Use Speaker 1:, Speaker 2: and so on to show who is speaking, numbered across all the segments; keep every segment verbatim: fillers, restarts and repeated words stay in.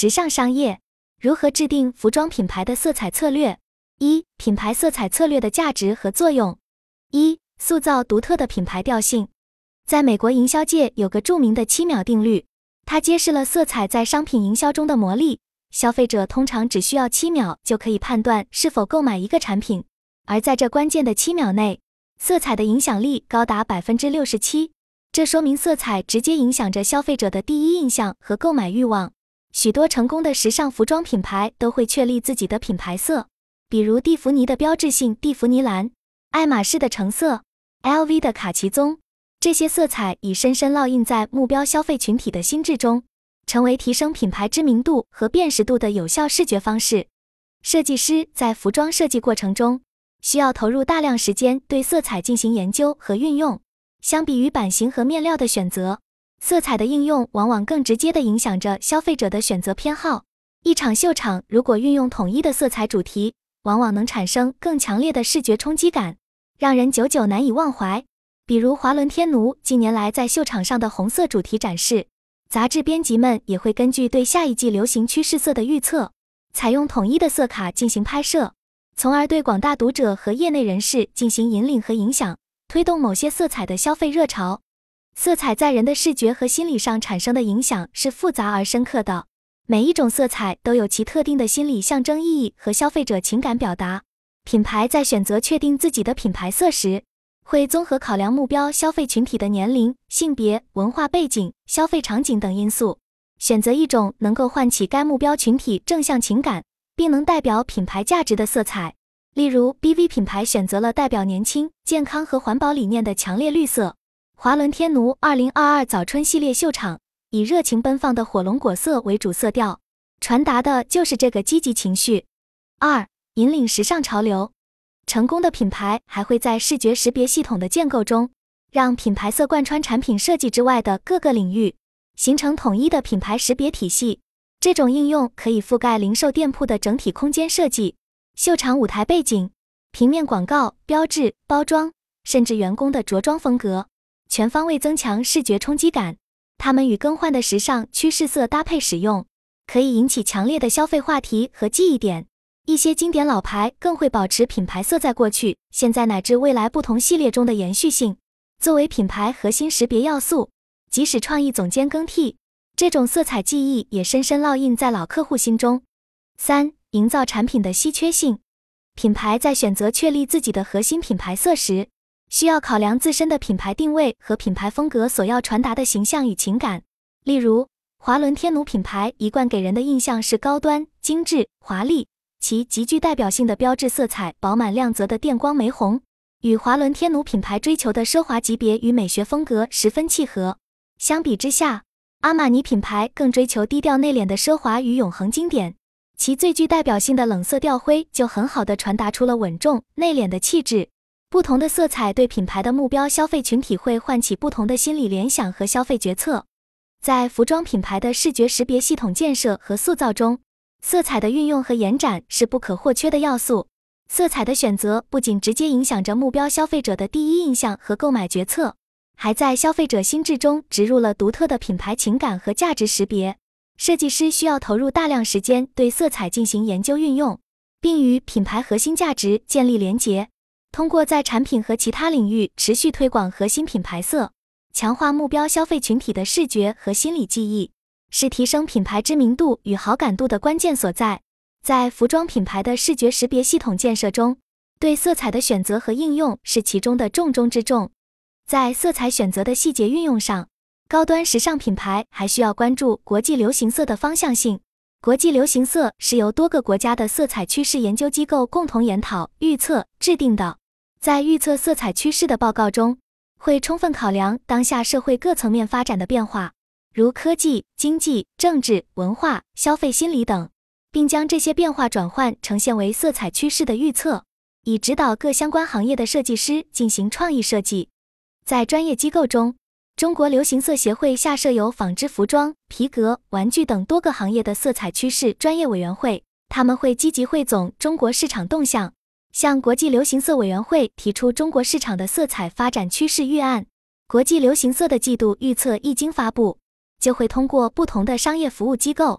Speaker 1: 直上商业。如何制定服装品牌的色彩策略？一、品牌色彩策略的价值和作用。一、塑造独特的品牌调性。在美国营销界有个著名的七秒定律，它揭示了色彩在商品营销中的魔力。消费者通常只需要七秒就可以判断是否购买一个产品，而在这关键的七秒内，色彩的影响力高达 百分之六十七。这说明色彩直接影响着消费者的第一印象和购买欲望。许多成功的时尚服装品牌都会确立自己的品牌色，比如蒂芙尼的标志性蒂芙尼蓝、爱马仕的橙色、L V 的卡其棕。这些色彩已深深烙印在目标消费群体的心智中，成为提升品牌知名度和辨识度的有效视觉方式。设计师在服装设计过程中需要投入大量时间对色彩进行研究和运用。相比于版型和面料的选择，色彩的应用往往更直接地影响着消费者的选择偏好。一场秀场如果运用统一的色彩主题，往往能产生更强烈的视觉冲击感，让人久久难以忘怀。比如华伦天奴近年来在秀场上的红色主题展示，杂志编辑们也会根据对下一季流行趋势色的预测，采用统一的色卡进行拍摄，从而对广大读者和业内人士进行引领和影响，推动某些色彩的消费热潮。色彩在人的视觉和心理上产生的影响是复杂而深刻的，每一种色彩都有其特定的心理象征意义和消费者情感表达。品牌在选择确定自己的品牌色时，会综合考量目标消费群体的年龄、性别、文化背景、消费场景等因素，选择一种能够唤起该目标群体正向情感，并能代表品牌价值的色彩。例如 B V 品牌选择了代表年轻、健康和环保理念的强烈绿色。华伦天奴二零二二早春系列秀场以热情奔放的火龙果色为主色调，传达的就是这个积极情绪。二、引领时尚潮流。成功的品牌还会在视觉识别系统的建构中，让品牌色贯穿产品设计之外的各个领域，形成统一的品牌识别体系。这种应用可以覆盖零售店铺的整体空间设计、秀场舞台背景、平面广告、标志、包装，甚至员工的着装风格，全方位增强视觉冲击感。它们与更换的时尚趋势色搭配使用，可以引起强烈的消费话题和记忆点。一些经典老牌更会保持品牌色在过去、现在乃至未来不同系列中的延续性，作为品牌核心识别要素。即使创意总监更替，这种色彩记忆也深深烙印在老客户心中。三、营造产品的稀缺性。品牌在选择确立自己的核心品牌色时，需要考量自身的品牌定位和品牌风格所要传达的形象与情感。例如，华伦天奴品牌一贯给人的印象是高端、精致、华丽，其极具代表性的标志色彩饱满亮泽的电光玫红，与华伦天奴品牌追求的奢华级别与美学风格十分契合。相比之下，阿玛尼品牌更追求低调内敛的奢华与永恒经典，其最具代表性的冷色调灰就很好地传达出了稳重、内敛的气质。不同的色彩对品牌的目标消费群体会唤起不同的心理联想和消费决策。在服装品牌的视觉识别系统建设和塑造中，色彩的运用和延展是不可或缺的要素。色彩的选择不仅直接影响着目标消费者的第一印象和购买决策，还在消费者心智中植入了独特的品牌情感和价值识别。设计师需要投入大量时间对色彩进行研究运用，并与品牌核心价值建立连结。通过在产品和其他领域持续推广核心品牌色，强化目标消费群体的视觉和心理记忆，是提升品牌知名度与好感度的关键所在。在服装品牌的视觉识别系统建设中，对色彩的选择和应用是其中的重中之重。在色彩选择的细节运用上，高端时尚品牌还需要关注国际流行色的方向性。国际流行色是由多个国家的色彩趋势研究机构共同研讨、预测、制定的。在预测色彩趋势的报告中，会充分考量当下社会各层面发展的变化，如科技、经济、政治、文化、消费心理等，并将这些变化转换呈现为色彩趋势的预测，以指导各相关行业的设计师进行创意设计。在专业机构中，中国流行色协会下设有纺织服装、皮革、玩具等多个行业的色彩趋势专业委员会，他们会积极汇总中国市场动向，向国际流行色委员会提出中国市场的色彩发展趋势预案。国际流行色的季度预测一经发布，就会通过不同的商业服务机构，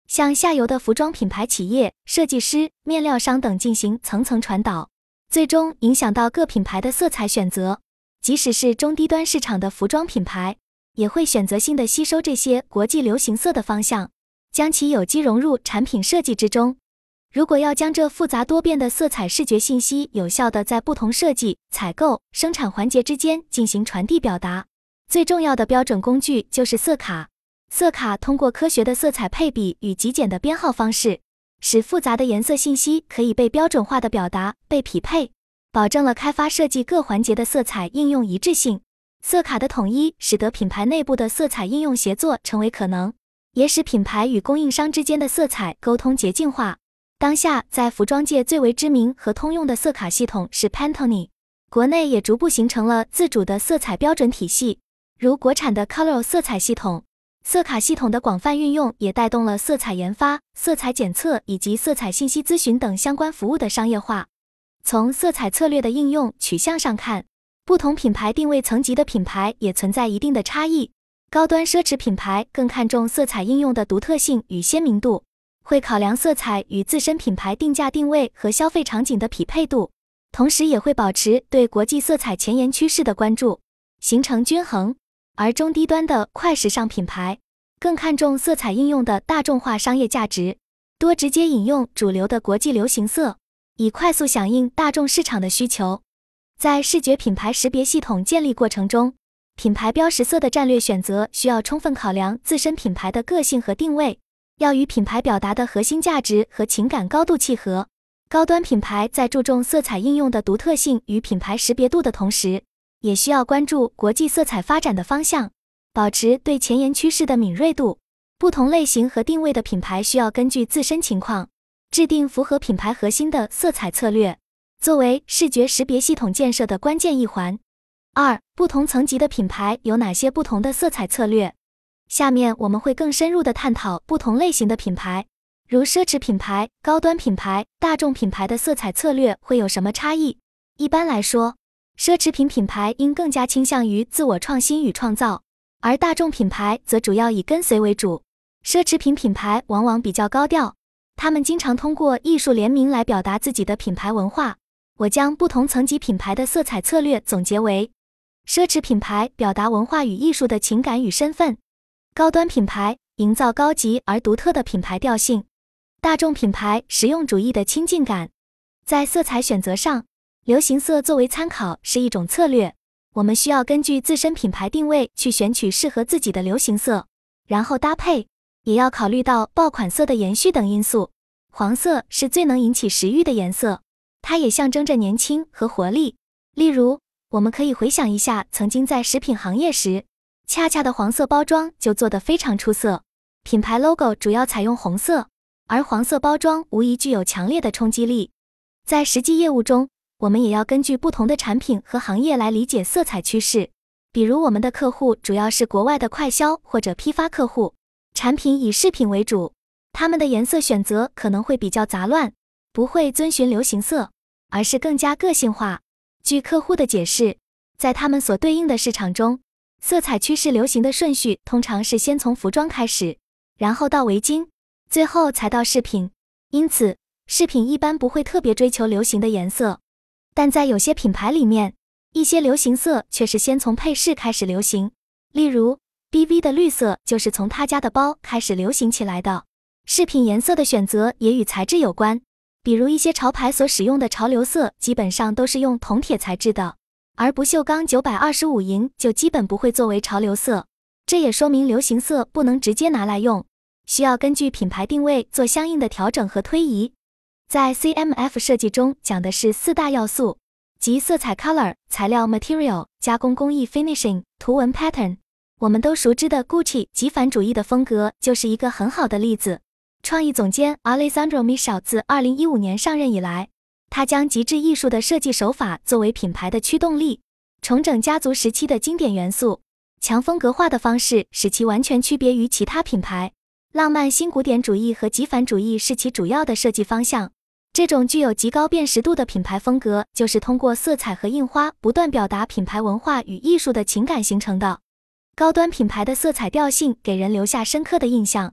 Speaker 1: 向下游的服装品牌企业、设计师、面料商等进行层层传导，最终影响到各品牌的色彩选择。即使是中低端市场的服装品牌，也会选择性地吸收这些国际流行色的方向，将其有机融入产品设计之中。如果要将这复杂多变的色彩视觉信息有效地在不同设计、采购、生产环节之间进行传递表达，最重要的标准工具就是色卡。色卡通过科学的色彩配比与极简的编号方式，使复杂的颜色信息可以被标准化的表达、被匹配，保证了开发设计各环节的色彩应用一致性。色卡的统一使得品牌内部的色彩应用协作成为可能，也使品牌与供应商之间的色彩沟通捷径化。当下在服装界最为知名和通用的色卡系统是 Pantone， 国内也逐步形成了自主的色彩标准体系，如国产的 Color 色彩系统。色卡系统的广泛运用也带动了色彩研发、色彩检测以及色彩信息咨询等相关服务的商业化。从色彩策略的应用取向上看，不同品牌定位层级的品牌也存在一定的差异。高端奢侈品牌更看重色彩应用的独特性与鲜明度，会考量色彩与自身品牌定价定位和消费场景的匹配度，同时也会保持对国际色彩前沿趋势的关注，形成均衡。而中低端的快时尚品牌更看重色彩应用的大众化商业价值，多直接引用主流的国际流行色，以快速响应大众市场的需求。在视觉品牌识别系统建立过程中，品牌标识色的战略选择需要充分考量自身品牌的个性和定位，要与品牌表达的核心价值和情感高度契合。高端品牌在注重色彩应用的独特性与品牌识别度的同时，也需要关注国际色彩发展的方向，保持对前沿趋势的敏锐度。不同类型和定位的品牌需要根据自身情况，制定符合品牌核心的色彩策略，作为视觉识别系统建设的关键一环。二、不同层级的品牌有哪些不同的色彩策略？下面我们会更深入地探讨不同类型的品牌，如奢侈品牌、高端品牌、大众品牌的色彩策略会有什么差异。一般来说，奢侈品品牌应更加倾向于自我创新与创造，而大众品牌则主要以跟随为主。奢侈品品牌往往比较高调，他们经常通过艺术联名来表达自己的品牌文化。我将不同层级品牌的色彩策略总结为：奢侈品牌表达文化与艺术的情感与身份，高端品牌营造高级而独特的品牌调性，大众品牌实用主义的亲近感。在色彩选择上，流行色作为参考是一种策略，我们需要根据自身品牌定位去选取适合自己的流行色，然后搭配，也要考虑到爆款色的延续等因素。黄色是最能引起食欲的颜色，它也象征着年轻和活力。例如，我们可以回想一下曾经在食品行业时，恰恰的黄色包装就做得非常出色，品牌 logo 主要采用红色，而黄色包装无疑具有强烈的冲击力。在实际业务中，我们也要根据不同的产品和行业来理解色彩趋势。比如我们的客户主要是国外的快销或者批发客户，产品以饰品为主，他们的颜色选择可能会比较杂乱，不会遵循流行色，而是更加个性化。据客户的解释，在他们所对应的市场中，色彩趋势流行的顺序通常是先从服装开始，然后到围巾，最后才到饰品。因此，饰品一般不会特别追求流行的颜色。但在有些品牌里面，一些流行色却是先从配饰开始流行，例如 B V 的绿色就是从他家的包开始流行起来的。饰品颜色的选择也与材质有关，比如一些潮牌所使用的潮流色基本上都是用铜铁材质的，而不锈钢九百二十五银就基本不会作为潮流色。这也说明流行色不能直接拿来用，需要根据品牌定位做相应的调整和推移。在 C M F 设计中讲的是四大要素，即色彩 color、材料 material、加工工艺 finishing、图文 pattern。我们都熟知的 Gucci 极繁主义的风格就是一个很好的例子。创意总监 Alessandro Michele 自二零一五年上任以来，他将极致艺术的设计手法作为品牌的驱动力，重整家族时期的经典元素，强风格化的方式使其完全区别于其他品牌。浪漫新古典主义和极繁主义是其主要的设计方向。这种具有极高辨识度的品牌风格，就是通过色彩和印花不断表达品牌文化与艺术的情感形成的。高端品牌的色彩调性给人留下深刻的印象，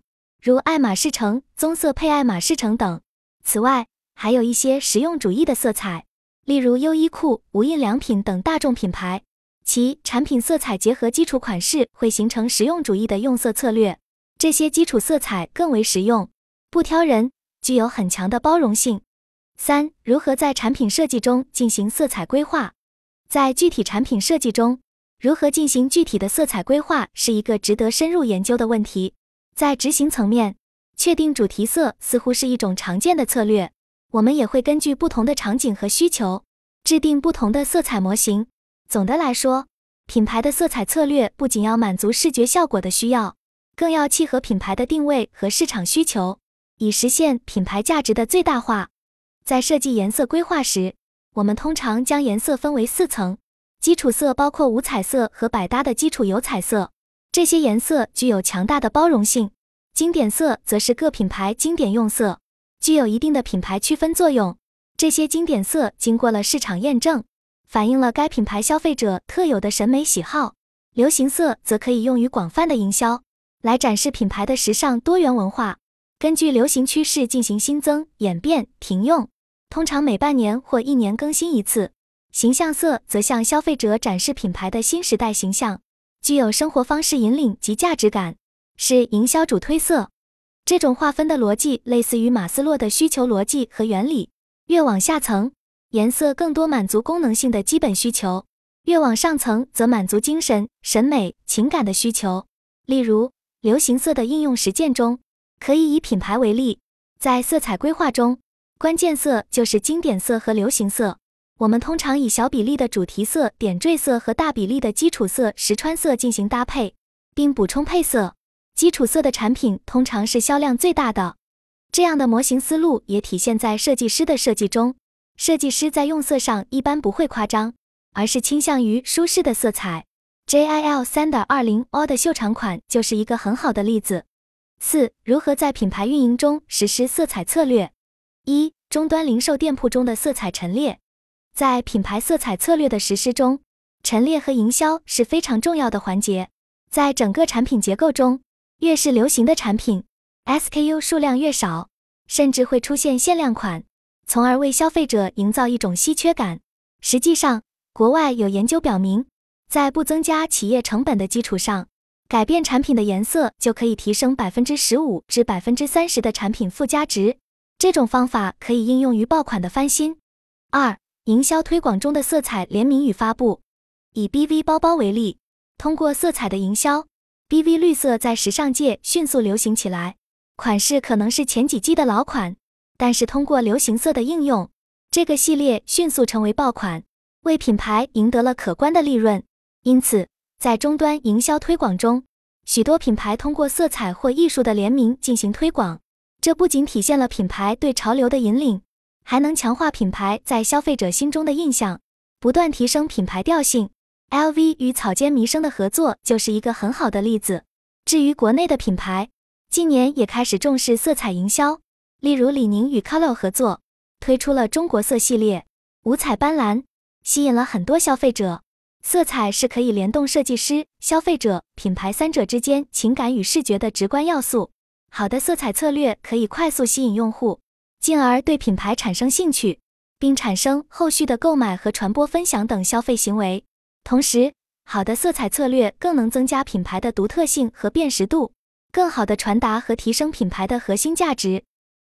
Speaker 1: 如爱马仕橙、棕色配爱马仕橙等。此外，还有一些实用主义的色彩，例如优衣库、无印良品等大众品牌，其产品色彩结合基础款式会形成实用主义的用色策略。这些基础色彩更为实用，不挑人，具有很强的包容性。三、如何在产品设计中进行色彩规划？在具体产品设计中，如何进行具体的色彩规划是一个值得深入研究的问题。在执行层面，确定主题色似乎是一种常见的策略，我们也会根据不同的场景和需求，制定不同的色彩模型。总的来说，品牌的色彩策略不仅要满足视觉效果的需要，更要契合品牌的定位和市场需求，以实现品牌价值的最大化。在设计颜色规划时，我们通常将颜色分为四层，基础色包括无彩色和百搭的基础油彩色，这些颜色具有强大的包容性。经典色则是各品牌经典用色，具有一定的品牌区分作用。这些经典色经过了市场验证，反映了该品牌消费者特有的审美喜好。流行色则可以用于广泛的营销，来展示品牌的时尚多元文化，根据流行趋势进行新增、演变、停用，通常每半年或一年更新一次。形象色则向消费者展示品牌的新时代形象，具有生活方式引领及价值感，是营销主推色。这种划分的逻辑类似于马斯洛的需求逻辑和原理，越往下层，颜色更多满足功能性的基本需求，越往上层则满足精神、审美、情感的需求。例如，流行色的应用实践中，可以以品牌为例，在色彩规划中，关键色就是经典色和流行色。我们通常以小比例的主题色、点缀色和大比例的基础色、实穿色进行搭配，并补充配色。基础色的产品通常是销量最大的。这样的模型思路也体现在设计师的设计中。设计师在用色上一般不会夸张，而是倾向于舒适的色彩。J I L 三点二零 O 的秀场款就是一个很好的例子。四、如何在品牌运营中实施色彩策略？一、终端零售店铺中的色彩陈列。在品牌色彩策略的实施中，陈列和营销是非常重要的环节。在整个产品结构中，越是流行的产品 ，S K U 数量越少，甚至会出现限量款，从而为消费者营造一种稀缺感。实际上，国外有研究表明，在不增加企业成本的基础上，改变产品的颜色就可以提升 百分之十五 至 百分之三十 的产品附加值。这种方法可以应用于爆款的翻新。二、营销推广中的色彩联名与发布。以 B V 包包为例，通过色彩的营销， B V 绿色在时尚界迅速流行起来。款式可能是前几季的老款，但是通过流行色的应用，这个系列迅速成为爆款，为品牌赢得了可观的利润。因此，在终端营销推广中，许多品牌通过色彩或艺术的联名进行推广，这不仅体现了品牌对潮流的引领，还能强化品牌在消费者心中的印象，不断提升品牌调性。L V 与草间弥生的合作就是一个很好的例子。至于国内的品牌，近年也开始重视色彩营销，例如李宁与 Color 合作，推出了中国色系列，五彩斑斓，吸引了很多消费者。色彩是可以联动设计师、消费者、品牌三者之间情感与视觉的直观要素。好的色彩策略可以快速吸引用户，进而对品牌产生兴趣，并产生后续的购买和传播分享等消费行为。同时，好的色彩策略更能增加品牌的独特性和辨识度，更好地传达和提升品牌的核心价值。